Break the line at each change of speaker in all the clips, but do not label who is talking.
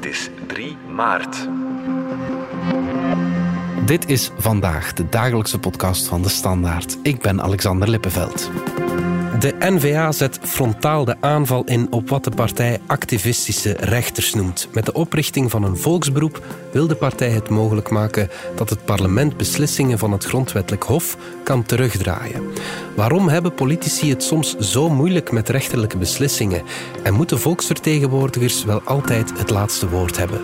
is 3 maart.
Dit is Vandaag, de dagelijkse podcast van De Standaard. Ik ben Alexander Lippenveld. De N-VA zet frontaal de aanval in op wat de partij activistische rechters noemt. Met de oprichting van een volksberoep wil de partij het mogelijk maken dat het parlement beslissingen van het Grondwettelijk Hof kan terugdraaien. Waarom hebben politici het soms zo moeilijk met rechterlijke beslissingen? En moeten volksvertegenwoordigers wel altijd het laatste woord hebben?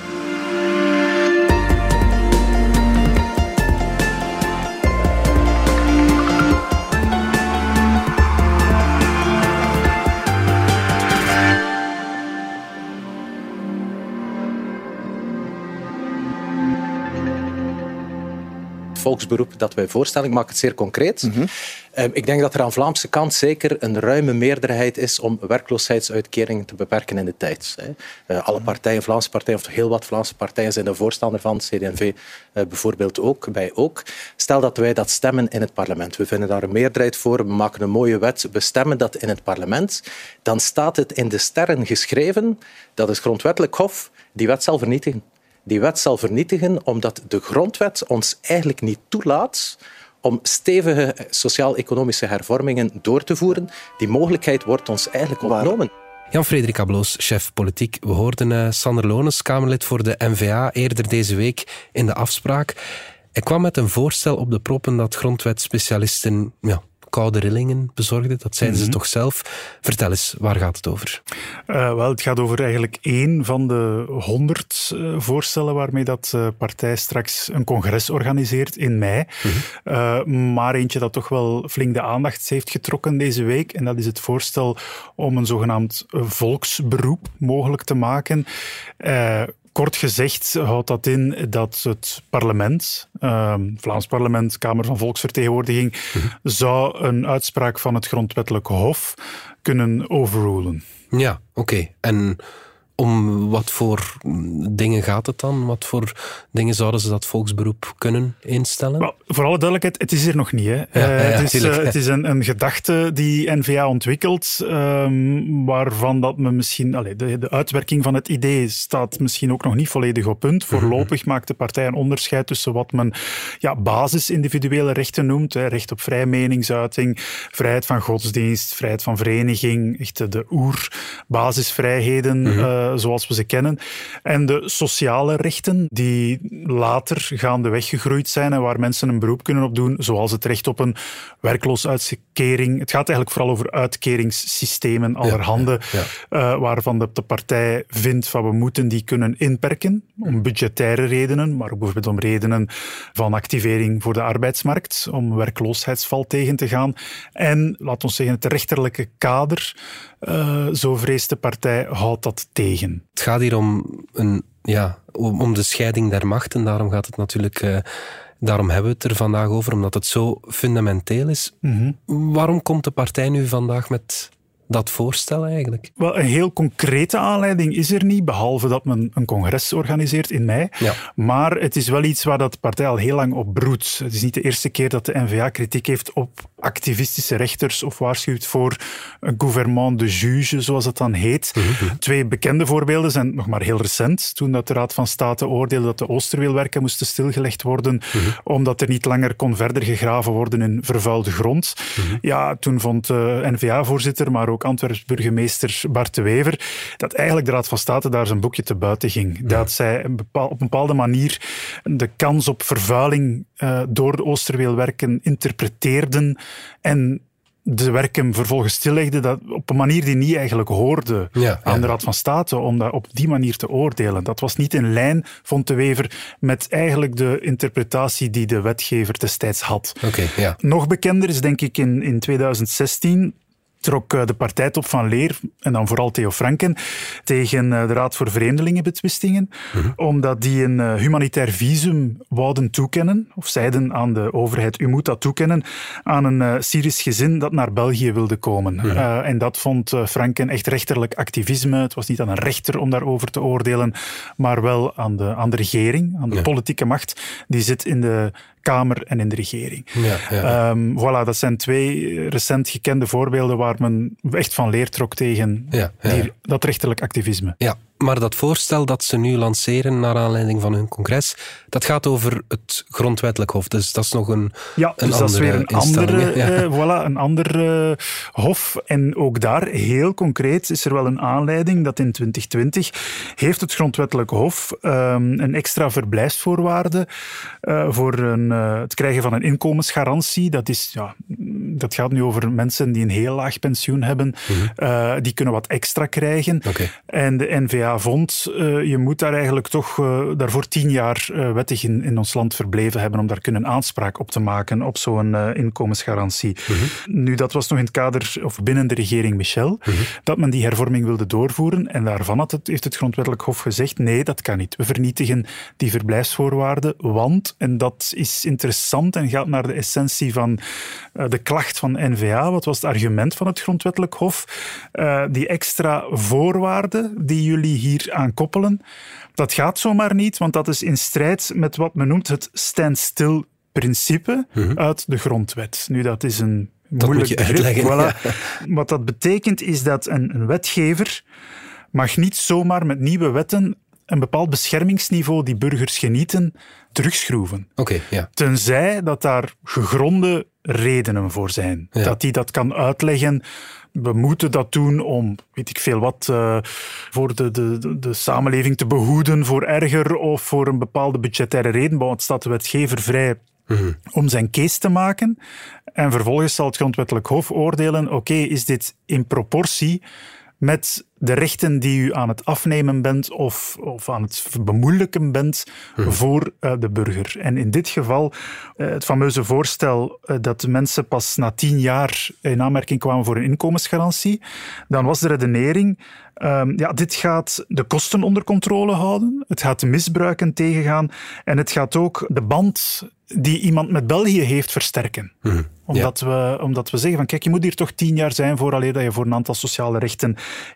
Volksberoep dat wij voorstellen. Ik maak het zeer concreet. Ik denk dat er aan de Vlaamse kant zeker een ruime meerderheid is om werkloosheidsuitkeringen te beperken in de tijd. Alle partijen, Vlaamse partijen, of heel wat Vlaamse partijen zijn er voorstander van, CD&V bijvoorbeeld ook, wij ook. Stel dat wij dat stemmen in het parlement. We vinden daar een meerderheid voor, we maken een mooie wet, we stemmen dat in het parlement. Dan staat het in de sterren geschreven dat het Grondwettelijk Hof die wet zal vernietigen. Die wet zal vernietigen omdat de grondwet ons eigenlijk niet toelaat om stevige sociaal-economische hervormingen door te voeren. Die mogelijkheid wordt ons eigenlijk ontnomen.
Jan-Frederik Abloos, chef politiek. We hoorden Sander Lones, Kamerlid voor de N-VA, eerder deze week in de afspraak. Hij kwam met een voorstel op de proppen dat grondwetspecialisten koude rillingen bezorgden. Dat zeiden ze toch zelf. Vertel eens, waar gaat het over?
Wel, het gaat over eigenlijk 1 van de 100 voorstellen waarmee dat partij straks een congres organiseert in mei. Maar eentje dat toch wel flink de aandacht heeft getrokken deze week. En dat is het voorstel om een zogenaamd volksberoep mogelijk te maken. Kort gezegd houdt dat in dat het parlement, Vlaams parlement, Kamer van Volksvertegenwoordiging, zou een uitspraak van het Grondwettelijk Hof kunnen overrulen.
Ja, oké. En om wat voor dingen gaat het dan? Wat voor dingen zouden ze dat volksberoep kunnen instellen?
Wel, voor alle duidelijkheid, het is er nog niet. Hè. Het is een gedachte die N-VA ontwikkelt, waarvan dat men misschien... De uitwerking van het idee staat misschien ook nog niet volledig op punt. Voorlopig maakt de partij een onderscheid tussen wat men basis-individuele rechten noemt. Recht op vrije meningsuiting, vrijheid van godsdienst, vrijheid van vereniging, echt de oerbasisvrijheden, zoals we ze kennen. En de sociale rechten, die later gaandeweg gegroeid zijn en waar mensen een beroep kunnen op doen, zoals het recht op een werkloosheidsuitkering. Het gaat eigenlijk vooral over uitkeringssystemen allerhande, waarvan de partij vindt van we moeten die kunnen inperken, om budgettaire redenen, maar ook bijvoorbeeld om redenen van activering voor de arbeidsmarkt, om werkloosheidsval tegen te gaan. En, laat ons zeggen, het rechterlijke kader, zo vreest de partij, houdt dat tegen.
Het gaat hier om de scheiding der machten. Daarom gaat het natuurlijk... Daarom hebben we het er vandaag over, omdat het zo fundamenteel is. Waarom komt de partij nu vandaag met dat voorstel eigenlijk?
Wel, een heel concrete aanleiding is er niet, behalve dat men een congres organiseert in mei. Ja. Maar het is wel iets waar dat de partij al heel lang op broedt. Het is niet de eerste keer dat de N-VA kritiek heeft op activistische rechters of waarschuwt voor een gouvernement de juge, zoals het dan heet. 2 bekende voorbeelden zijn nog maar heel recent. Toen dat de Raad van State oordeelde dat de Oosterweelwerken moesten stilgelegd worden, omdat er niet langer kon verder gegraven worden in vervuilde grond. Ja, toen vond de N-VA-voorzitter, maar ook Antwerps burgemeester Bart de Wever, dat eigenlijk de Raad van State daar zijn boekje te buiten ging. Dat zij op een bepaalde manier de kans op vervuiling door de Oosterweelwerken interpreteerden en de werken vervolgens stillegde, dat op een manier die niet eigenlijk hoorde aan de Raad van State, om dat op die manier te oordelen. Dat was niet in lijn, vond de Wever, met eigenlijk de interpretatie die de wetgever destijds had. Nog bekender is denk ik in 2016... trok de partijtop van Leer, en dan vooral Theo Franken, tegen de Raad voor Vreemdelingenbetwistingen, omdat die een humanitair visum wouden toekennen, of zeiden aan de overheid, u moet dat toekennen, aan een Syrisch gezin dat naar België wilde komen. En dat vond Franken echt rechterlijk activisme. Het was niet aan een rechter om daarover te oordelen, maar wel aan de regering, aan de politieke macht. Die zit in de Kamer en in de regering. Voilà, dat zijn 2 recent gekende voorbeelden waar men echt van leer trok tegen dat rechterlijk activisme.
Ja, Maar dat voorstel dat ze nu lanceren naar aanleiding van hun congres, dat gaat over het grondwettelijk hof. Dus dat is nog een
dus dat is weer een ander hof. En ook daar, heel concreet, is er wel een aanleiding dat in 2020 heeft het grondwettelijk hof een extra verblijfsvoorwaarde voor het krijgen van een inkomensgarantie. Dat gaat nu over mensen die een heel laag pensioen hebben. Die kunnen wat extra krijgen.
Okay.
En de N-VA vond, je moet daar eigenlijk toch daarvoor 10 jaar wettig in ons land verbleven hebben om daar kunnen aanspraak op te maken op zo'n inkomensgarantie. Nu, dat was nog in het kader, of binnen de regering Michel, dat men die hervorming wilde doorvoeren. En daarvan heeft het grondwettelijk hof gezegd, nee, dat kan niet. We vernietigen die verblijfsvoorwaarden, want, en dat is interessant en gaat naar de essentie van de klacht van N-VA, wat was het argument van het grondwettelijk hof? Die extra voorwaarden die jullie hier aan koppelen, dat gaat zomaar niet, want dat is in strijd met wat men noemt het standstill-principe uit de grondwet. Nu, dat is een moeilijk begrip. Voilà. Ja. Wat dat betekent is dat een wetgever mag niet zomaar met nieuwe wetten een bepaald beschermingsniveau die burgers genieten terugschroeven. Tenzij dat daar gegronde redenen voor zijn. Ja. Dat die dat kan uitleggen. We moeten dat doen om, weet ik veel wat, voor de samenleving te behoeden voor erger of voor een bepaalde budgettaire reden. Want het staat de wetgever vrij om zijn case te maken. En vervolgens zal het grondwettelijk hof oordelen, oké, is dit in proportie met de rechten die u aan het afnemen bent of aan het bemoeilijken bent voor de burger. En in dit geval, het fameuze voorstel dat mensen pas na 10 jaar in aanmerking kwamen voor een inkomensgarantie, dan was de redenering, dit gaat de kosten onder controle houden, het gaat de misbruiken tegengaan en het gaat ook de band die iemand met België heeft versterken. Omdat we zeggen van kijk, je moet hier toch 10 jaar zijn vooraleer dat je voor een aantal sociale rechten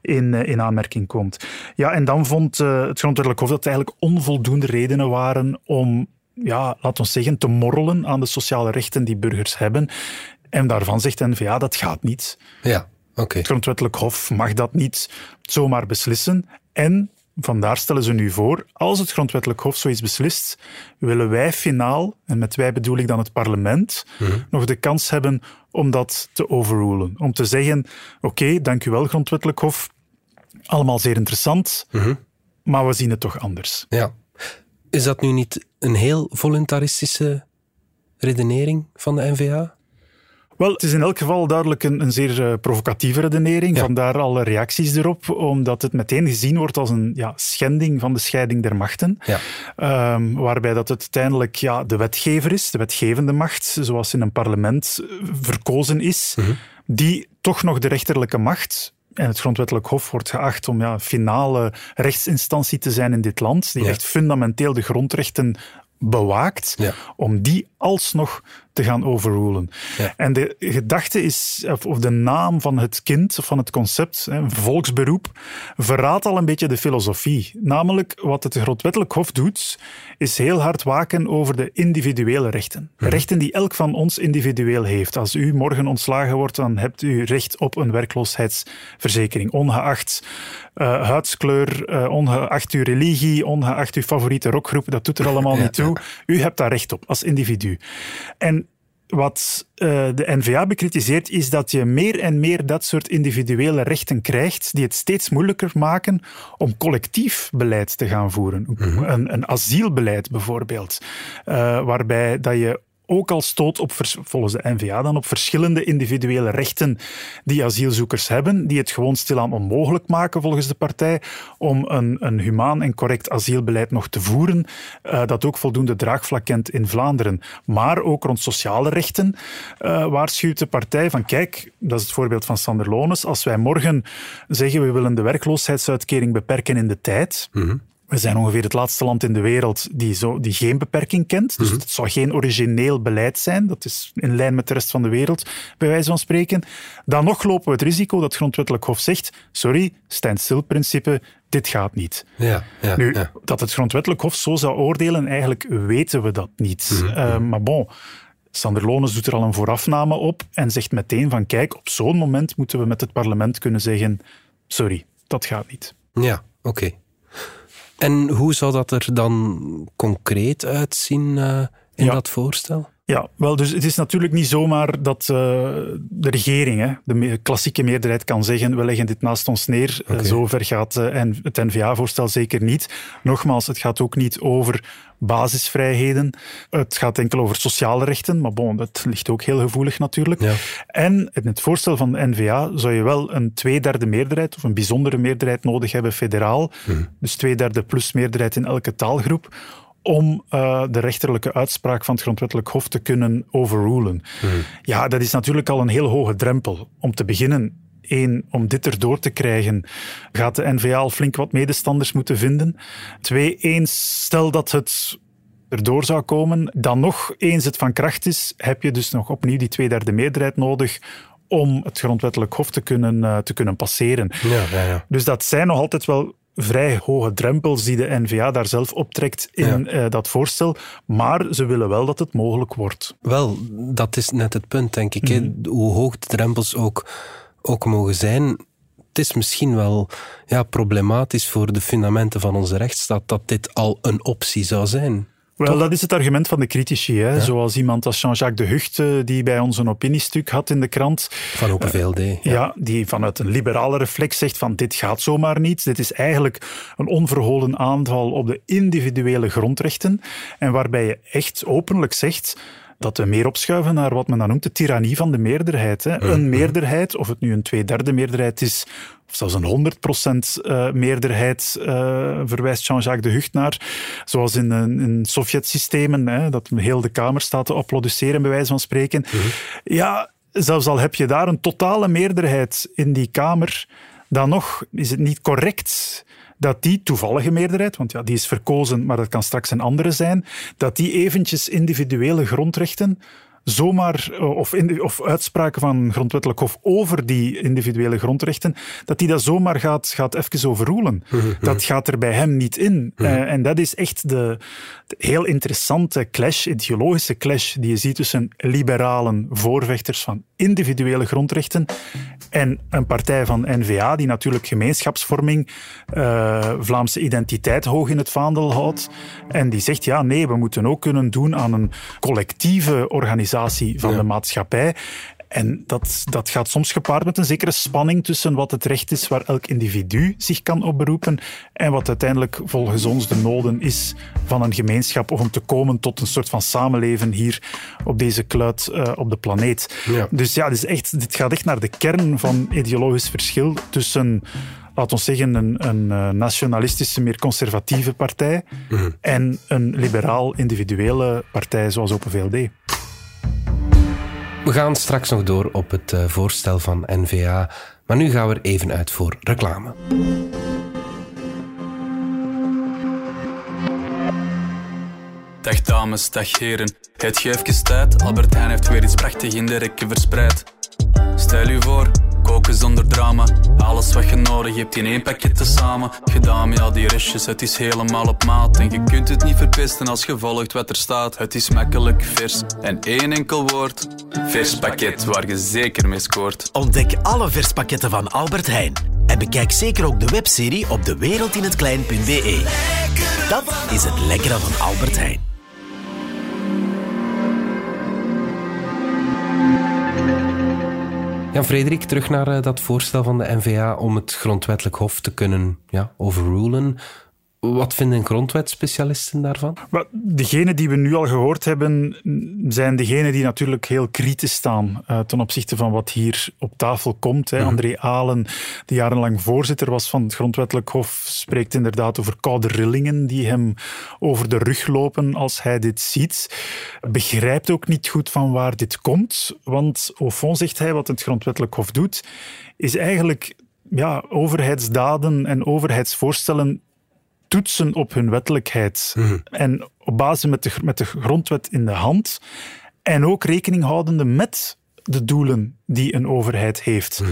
in aanmerking komt. Ja, en dan vond het grondwettelijk hof dat eigenlijk onvoldoende redenen waren om, laten we zeggen, te morrelen aan de sociale rechten die burgers hebben. En daarvan zegt de N-VA, dat gaat niet.
Ja, oké.
Het grondwettelijk hof mag dat niet zomaar beslissen. En vandaar stellen ze nu voor, als het grondwettelijk hof zoiets beslist, willen wij finaal, en met wij bedoel ik dan het parlement, nog de kans hebben om dat te overrulen. Om te zeggen, oké, dank u wel grondwettelijk hof, allemaal zeer interessant, maar we zien het toch anders.
Ja. Is dat nu niet een heel voluntaristische redenering van de N-VA?
Wel, het is in elk geval duidelijk een zeer provocatieve redenering. Ja. Vandaar alle reacties erop, omdat het meteen gezien wordt als een schending van de scheiding der machten. Ja. Waarbij dat het uiteindelijk de wetgever is, de wetgevende macht, zoals in een parlement verkozen is, die toch nog de rechterlijke macht, en het grondwettelijk hof wordt geacht om finale rechtsinstantie te zijn in dit land, die echt fundamenteel de grondrechten bewaakt, om die alsnog te gaan overrulen. Ja. En de gedachte is, of de naam van het kind, of van het concept, een volksberoep, verraadt al een beetje de filosofie. Namelijk, wat het grondwettelijk hof doet, is heel hard waken over de individuele rechten. Rechten die elk van ons individueel heeft. Als u morgen ontslagen wordt, dan hebt u recht op een werkloosheidsverzekering. Ongeacht huidskleur, ongeacht uw religie, ongeacht uw favoriete rockgroep, dat doet er allemaal niet toe. U hebt daar recht op, als individu. En wat de N-VA bekritiseert, is dat je meer en meer dat soort individuele rechten krijgt die het steeds moeilijker maken om collectief beleid te gaan voeren. Een asielbeleid bijvoorbeeld, waarbij dat je ook al stoot op, volgens de N-VA dan, op verschillende individuele rechten die asielzoekers hebben, die het gewoon stilaan onmogelijk maken, volgens de partij, om een humaan en correct asielbeleid nog te voeren, dat ook voldoende draagvlak kent in Vlaanderen. Maar ook rond sociale rechten waarschuwt de partij van kijk, dat is het voorbeeld van Sander Lones, als wij morgen zeggen we willen de werkloosheidsuitkering beperken in de tijd, we zijn ongeveer het laatste land in de wereld die geen beperking kent. Dus het zou geen origineel beleid zijn. Dat is in lijn met de rest van de wereld, bij wijze van spreken. Dan nog lopen we het risico dat het grondwettelijk hof zegt, sorry, standstill-principe, dit gaat niet. Dat het grondwettelijk hof zo zou oordelen, eigenlijk weten we dat niet. Maar bon, Sander Lones doet er al een voorafname op en zegt meteen van kijk, op zo'n moment moeten we met het parlement kunnen zeggen, sorry, dat gaat niet.
Ja, oké. En hoe zou dat er dan concreet uitzien in dat voorstel?
Ja, wel, dus het is natuurlijk niet zomaar dat de regering, de klassieke meerderheid, kan zeggen we leggen dit naast ons neer. Okay. Zover gaat het N-VA-voorstel zeker niet. Nogmaals, het gaat ook niet over basisvrijheden. Het gaat enkel over sociale rechten, maar bon, dat ligt ook heel gevoelig natuurlijk. Ja. En in het voorstel van de N-VA zou je wel een 2/3 meerderheid of een bijzondere meerderheid nodig hebben, federaal. Dus 2/3 plus meerderheid in elke taalgroep, om de rechterlijke uitspraak van het Grondwettelijk Hof te kunnen overrulen. Ja, dat is natuurlijk al een heel hoge drempel. Om te beginnen, om dit erdoor te krijgen, gaat de N-VA al flink wat medestanders moeten vinden. 2, stel dat het erdoor zou komen, dan nog eens het van kracht is, heb je dus nog opnieuw die 2/3 meerderheid nodig om het Grondwettelijk Hof te kunnen passeren. Ja. Dus dat zijn nog altijd wel vrij hoge drempels die de N-VA daar zelf optrekt in dat voorstel. Maar ze willen wel dat het mogelijk wordt.
Wel, dat is net het punt, denk ik. Hoe hoog de drempels ook mogen zijn. Het is misschien wel problematisch voor de fundamenten van onze rechtsstaat dat dit al een optie zou zijn.
Wel, dat is het argument van de critici. Hè? Ja. Zoals iemand als Jean-Jacques de Hucht, die bij ons een opiniestuk had in de krant.
Van Open VLD.
Ja, die vanuit een liberale reflex zegt van dit gaat zomaar niet. Dit is eigenlijk een onverholen aanval op de individuele grondrechten. En waarbij je echt openlijk zegt dat we meer opschuiven naar wat men dan noemt de tirannie van de meerderheid. Hè. Een meerderheid, of het nu een 2/3 meerderheid is, of zelfs een 100% meerderheid, verwijst Jean-Jacques de Hucht naar. Zoals in Sovjet-systemen, hè, dat heel de Kamer staat te applaudisseren, bij wijze van spreken. Ja, zelfs al heb je daar een totale meerderheid in die Kamer, dan nog is het niet correct dat die toevallige meerderheid, want die is verkozen, maar dat kan straks een andere zijn, dat die eventjes individuele grondrechten zomaar, of uitspraken van Grondwettelijk Hof over die individuele grondrechten, dat die dat zomaar gaat even overroelen. Dat gaat er bij hem niet in. En dat is echt de heel interessante clash, ideologische clash, die je ziet tussen liberalen, voorvechters van individuele grondrechten, en een partij van N-VA, die natuurlijk gemeenschapsvorming, Vlaamse identiteit hoog in het vaandel houdt. En die zegt, ja, nee, we moeten ook kunnen doen aan een collectieve organisatie van de maatschappij. En dat gaat soms gepaard met een zekere spanning tussen wat het recht is waar elk individu zich kan op beroepen en wat uiteindelijk volgens ons de noden is van een gemeenschap of om te komen tot een soort van samenleven hier op deze kluit op de planeet. Ja. Dus ja, dit gaat echt naar de kern van ideologisch verschil tussen, laat ons zeggen, een nationalistische, meer conservatieve partij en een liberaal-individuele partij zoals Open VLD.
We gaan straks nog door op het voorstel van N-VA, maar nu gaan we er even uit voor reclame.
Dag dames, dag heren. Het geeft tijd, Albert Heijn heeft weer iets prachtig in de rekken verspreid. Stel u voor, koken zonder drama. Alles wat je nodig hebt in één pakket tezamen. Gedaan met al die restjes, het is helemaal op maat. En je kunt het niet verpesten als je volgt wat er staat. Het is makkelijk, vers en één enkel woord. Vers pakket, waar je zeker mee scoort.
Ontdek alle verspakketten van Albert Heijn. En bekijk zeker ook de webserie op dewereldinhetklein.be. Dat is het lekkere van Albert Heijn.
Jan-Frederik, terug naar dat voorstel van de N-VA om het Grondwettelijk Hof te kunnen overrulen. Wat vinden grondwetspecialisten daarvan?
Degenen die we nu al gehoord hebben, zijn degenen die natuurlijk heel kritisch staan ten opzichte van wat hier op tafel komt. André Alen, die jarenlang voorzitter was van het Grondwettelijk Hof, spreekt inderdaad over koude rillingen die hem over de rug lopen als hij dit ziet. Begrijpt ook niet goed van waar dit komt, want au fond, zegt hij, wat het Grondwettelijk Hof doet, is eigenlijk overheidsdaden en overheidsvoorstellen toetsen op hun wettelijkheid. En op basis met de grondwet in de hand en ook rekening houdende met de doelen die een overheid heeft.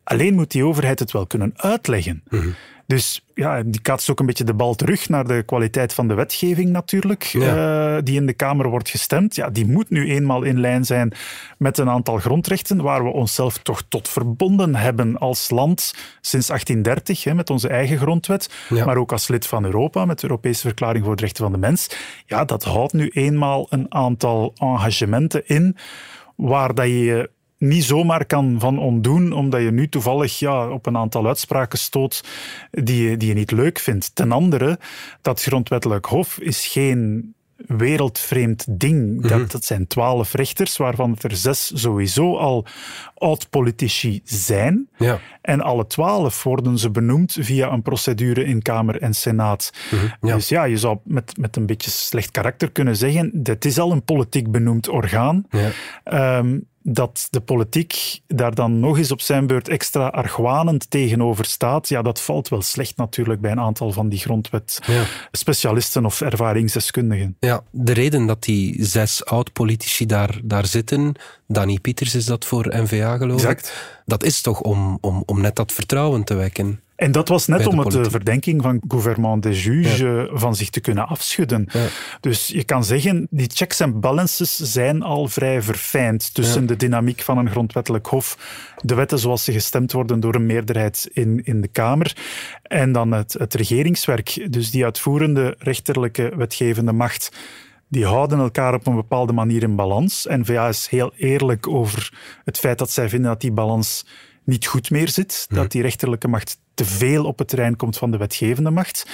Alleen moet die overheid het wel kunnen uitleggen. Mm-hmm. Dus ja, die kaatst ook een beetje de bal terug naar de kwaliteit van de wetgeving natuurlijk, die in de Kamer wordt gestemd. Ja, die moet nu eenmaal in lijn zijn met een aantal grondrechten waar we onszelf toch tot verbonden hebben als land sinds 1830, met onze eigen grondwet, maar ook als lid van Europa met de Europese Verklaring voor de Rechten van de Mens. Ja, dat houdt nu eenmaal een aantal engagementen in waar dat je niet zomaar kan van ontdoen, omdat je nu toevallig op een aantal uitspraken stoot die je niet leuk vindt. Ten andere, dat grondwettelijk hof is geen wereldvreemd ding. Mm-hmm. Dat zijn 12 rechters, waarvan er 6 sowieso al oud-politici zijn. Ja. En alle 12 worden ze benoemd via een procedure in Kamer en Senaat. Mm-hmm. Ja. Dus ja, je zou met een beetje slecht karakter kunnen zeggen, dit is al een politiek benoemd orgaan. Ja. Dat de politiek daar dan nog eens op zijn beurt extra argwanend tegenover staat, ja, dat valt wel slecht natuurlijk bij een aantal van die grondwet-specialisten of ervaringsdeskundigen.
Ja, de reden dat die 6 oud-politici daar zitten, Dani Pieters is dat voor N-VA geloof ik, dat is toch om net dat vertrouwen te wekken.
En dat was net om de verdenking van gouvernement des juges van zich te kunnen afschudden. Ja. Dus je kan zeggen, die checks en balances zijn al vrij verfijnd tussen de dynamiek van een grondwettelijk hof, de wetten zoals ze gestemd worden door een meerderheid in de Kamer, en dan het regeringswerk. Dus die uitvoerende, rechterlijke, wetgevende macht, die houden elkaar op een bepaalde manier in balans. N-VA is heel eerlijk over het feit dat zij vinden dat die balans niet goed meer zit, dat die rechterlijke macht te veel op het terrein komt van de wetgevende macht.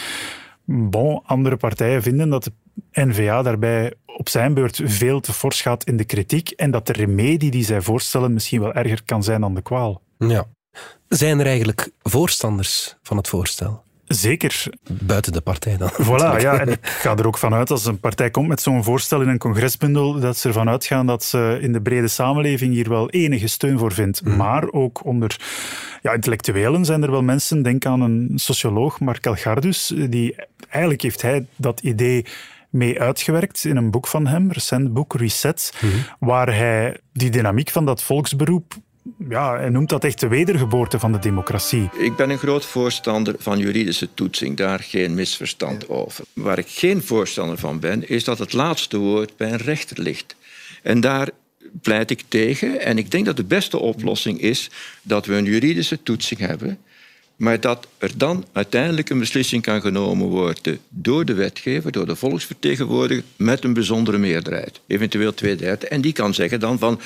Bon, andere partijen vinden dat de N-VA daarbij op zijn beurt veel te fors gaat in de kritiek en dat de remedie die zij voorstellen misschien wel erger kan zijn dan de kwaal.
Ja. Zijn er eigenlijk voorstanders van het voorstel?
Zeker.
Buiten de partij dan.
Voilà, ja. En ik ga er ook vanuit, als een partij komt met zo'n voorstel in een congresbundel, dat ze ervan uitgaan dat ze in de brede samenleving hier wel enige steun voor vindt. Mm. Maar ook onder intellectuelen zijn er wel mensen, denk aan een socioloog, Mark Elgardus, eigenlijk heeft hij dat idee mee uitgewerkt in een boek van hem, een recent boek, Reset, waar hij die dynamiek van dat volksberoep, hij noemt dat echt de wedergeboorte van de democratie.
Ik ben een groot voorstander van juridische toetsing, daar geen misverstand over. Waar ik geen voorstander van ben, is dat het laatste woord bij een rechter ligt. En daar pleit ik tegen. En ik denk dat de beste oplossing is dat we een juridische toetsing hebben, maar dat er dan uiteindelijk een beslissing kan genomen worden door de wetgever, door de volksvertegenwoordiger, met een bijzondere meerderheid. Eventueel 2/3. En die kan zeggen dan van,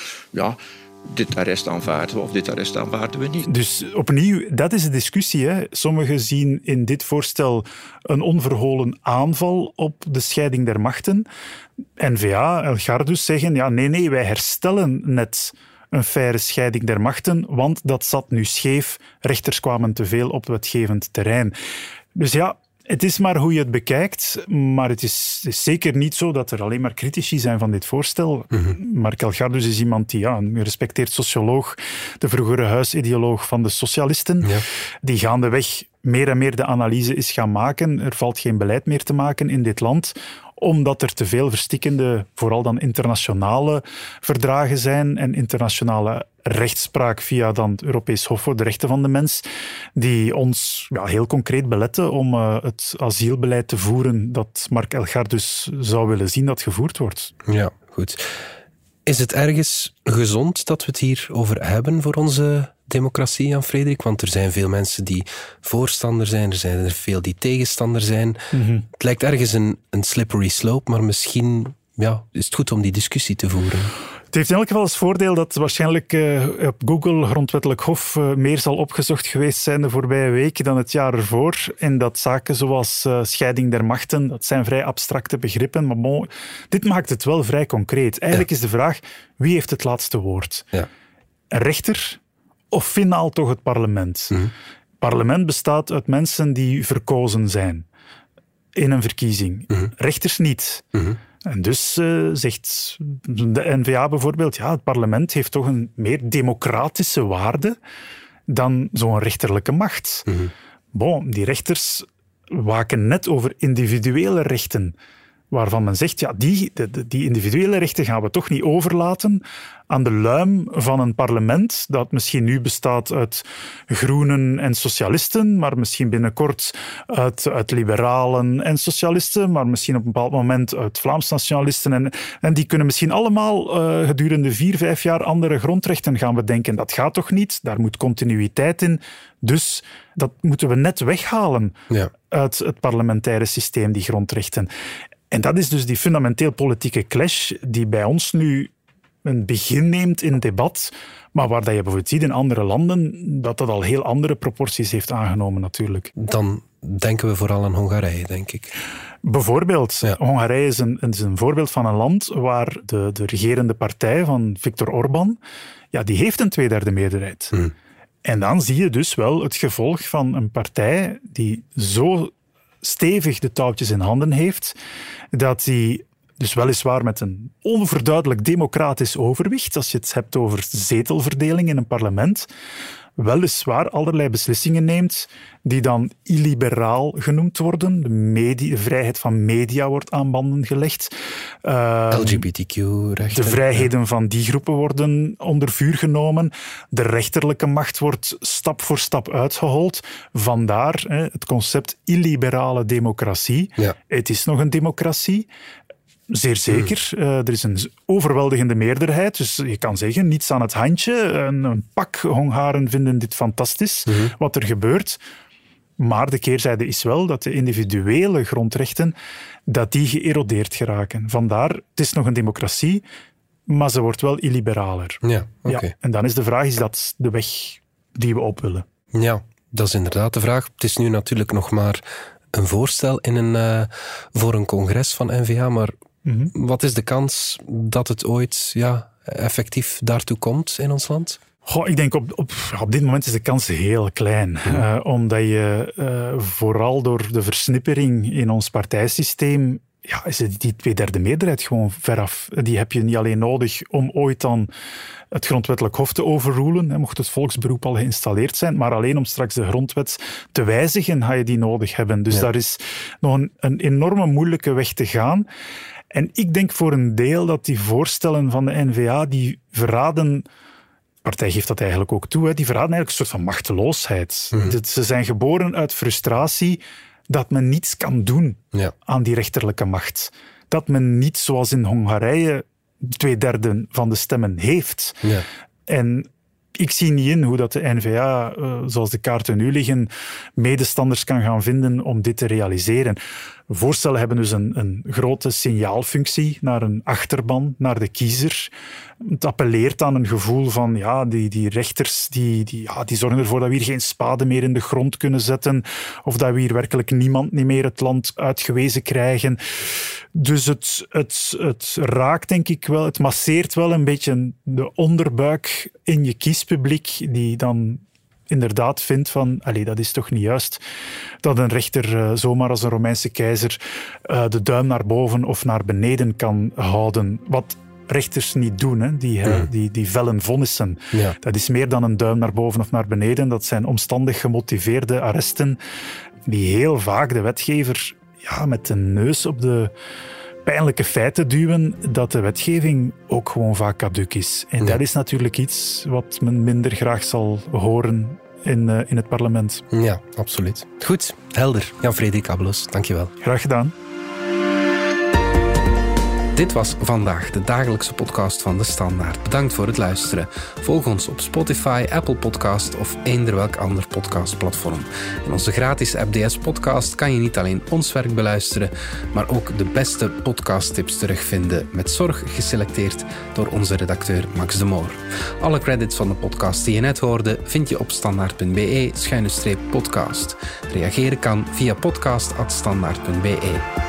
dit arrest aanvaarden we of dit arrest aanvaarden we niet.
Dus opnieuw, dat is de discussie. Hè. Sommigen zien in dit voorstel een onverholen aanval op de scheiding der machten. N-VA, Elgardus zeggen, nee, wij herstellen net een faire scheiding der machten, want dat zat nu scheef. Rechters kwamen te veel op het wetgevend terrein. Dus het is maar hoe je het bekijkt, maar het is zeker niet zo dat er alleen maar critici zijn van dit voorstel. Mm-hmm. Mark Elgardus is iemand die, een gerespecteerd socioloog, de vroegere huisideoloog van de socialisten, die gaandeweg meer en meer de analyse is gaan maken. Er valt geen beleid meer te maken in dit land, omdat er te veel verstikkende, vooral dan internationale verdragen zijn en internationale rechtspraak via dan het Europees Hof voor de Rechten van de Mens, die ons heel concreet beletten om het asielbeleid te voeren dat Mark Elgardus zou willen zien dat gevoerd wordt.
Ja, goed. Is het ergens gezond dat we het hier over hebben voor onze democratie, Jan Frederik? Want er zijn veel mensen die voorstander zijn, er zijn er veel die tegenstander zijn. Mm-hmm. Het lijkt ergens een slippery slope, maar misschien is het goed om die discussie te voeren.
Het heeft in elk geval als voordeel dat waarschijnlijk op Google grondwettelijk hof meer zal opgezocht geweest zijn de voorbije week dan het jaar ervoor. En dat zaken zoals scheiding der machten, dat zijn vrij abstracte begrippen. Maar dit maakt het wel vrij concreet. Eigenlijk is de vraag, wie heeft het laatste woord? Ja. Een rechter of finaal toch het parlement? Mm-hmm. Het parlement bestaat uit mensen die verkozen zijn in een verkiezing. Mm-hmm. Rechters niet. Mm-hmm. En dus zegt de N-VA bijvoorbeeld, het parlement heeft toch een meer democratische waarde dan zo'n rechterlijke macht. Mm-hmm. Die rechters waken net over individuele rechten waarvan men zegt, ja, die individuele rechten gaan we toch niet overlaten aan de luim van een parlement dat misschien nu bestaat uit groenen en socialisten, maar misschien binnenkort uit liberalen en socialisten, maar misschien op een bepaald moment uit Vlaams nationalisten. En die kunnen misschien allemaal gedurende 4-5 jaar andere grondrechten gaan bedenken. Dat gaat toch niet? Daar moet continuïteit in. Dus dat moeten we net weghalen uit het parlementaire systeem, die grondrechten. En dat is dus die fundamenteel politieke clash die bij ons nu een begin neemt in debat, maar waar dat je bijvoorbeeld ziet in andere landen dat al heel andere proporties heeft aangenomen natuurlijk.
Dan denken we vooral aan Hongarije, denk ik.
Bijvoorbeeld, Hongarije is een voorbeeld van een land waar de regerende partij van Viktor Orbán, die heeft een 2/3 meerderheid. En dan zie je dus wel het gevolg van een partij die zo stevig de touwtjes in handen heeft, dat die dus weliswaar met een onverduidelijk democratisch overwicht, als je het hebt over zetelverdeling in een parlement, weliswaar allerlei beslissingen neemt die dan illiberaal genoemd worden. De vrijheid van media wordt aan banden gelegd.
LGBTQ-rechten.
De vrijheden van die groepen worden onder vuur genomen. De rechterlijke macht wordt stap voor stap uitgehold. Vandaar het concept illiberale democratie. Ja. Het is nog een democratie. Zeer zeker. Er is een overweldigende meerderheid. Dus je kan zeggen, niets aan het handje. Een pak Hongaren vinden dit fantastisch, wat er gebeurt. Maar de keerzijde is wel dat de individuele grondrechten dat die geërodeerd geraken. Vandaar, het is nog een democratie, maar ze wordt wel illiberaler.
Ja, okay.
En dan is de vraag, is dat de weg die we op willen?
Ja, dat is inderdaad de vraag. Het is nu natuurlijk nog maar een voorstel voor een congres van N-VA, maar wat is de kans dat het ooit effectief daartoe komt in ons land?
Ik denk op dit moment is de kans heel klein. Omdat je vooral door de versnippering in ons partijsysteem is die 2/3 meerderheid gewoon veraf. Die heb je niet alleen nodig om ooit dan het grondwettelijk hof te overrulen, mocht het volksberoep al geïnstalleerd zijn, maar alleen om straks de grondwet te wijzigen ga je die nodig hebben. Dus daar is nog een enorme moeilijke weg te gaan. En ik denk voor een deel dat die voorstellen van de N-VA, die verraden, de partij geeft dat eigenlijk ook toe, die verraden eigenlijk een soort van machteloosheid. Ze zijn geboren uit frustratie dat men niets kan doen aan die rechterlijke macht. Dat men niet, zoals in Hongarije, 2/3 van de stemmen heeft. Ja. En ik zie niet in hoe dat de N-VA, zoals de kaarten nu liggen, medestanders kan gaan vinden om dit te realiseren. Voorstellen hebben dus een grote signaalfunctie naar een achterban, naar de kiezer. Het appelleert aan een gevoel van die rechters die zorgen ervoor dat we hier geen spade meer in de grond kunnen zetten of dat we hier werkelijk niemand niet meer het land uitgewezen krijgen. Dus het raakt denk ik wel, het masseert wel een beetje de onderbuik in je kiespubliek die dan inderdaad vindt van, dat is toch niet juist dat een rechter zomaar als een Romeinse keizer de duim naar boven of naar beneden kan houden. Wat rechters niet doen, die vellen vonnissen. Ja. Dat is meer dan een duim naar boven of naar beneden. Dat zijn omstandig gemotiveerde arresten die heel vaak de wetgever met de neus op de pijnlijke feiten duwen, dat de wetgeving ook gewoon vaak caduc is. En dat is natuurlijk iets wat men minder graag zal horen in het parlement.
Ja, absoluut. Goed, helder. Jan-Frederik Abelos, dankjewel.
Graag gedaan.
Dit was vandaag de dagelijkse podcast van De Standaard. Bedankt voor het luisteren. Volg ons op Spotify, Apple Podcast of eender welk ander podcastplatform. In onze gratis app DS Podcast kan je niet alleen ons werk beluisteren, maar ook de beste podcasttips terugvinden, met zorg geselecteerd door onze redacteur Max de Moor. Alle credits van de podcast die je net hoorde vind je op standaard.be/podcast. Reageren kan via podcast@standaard.be.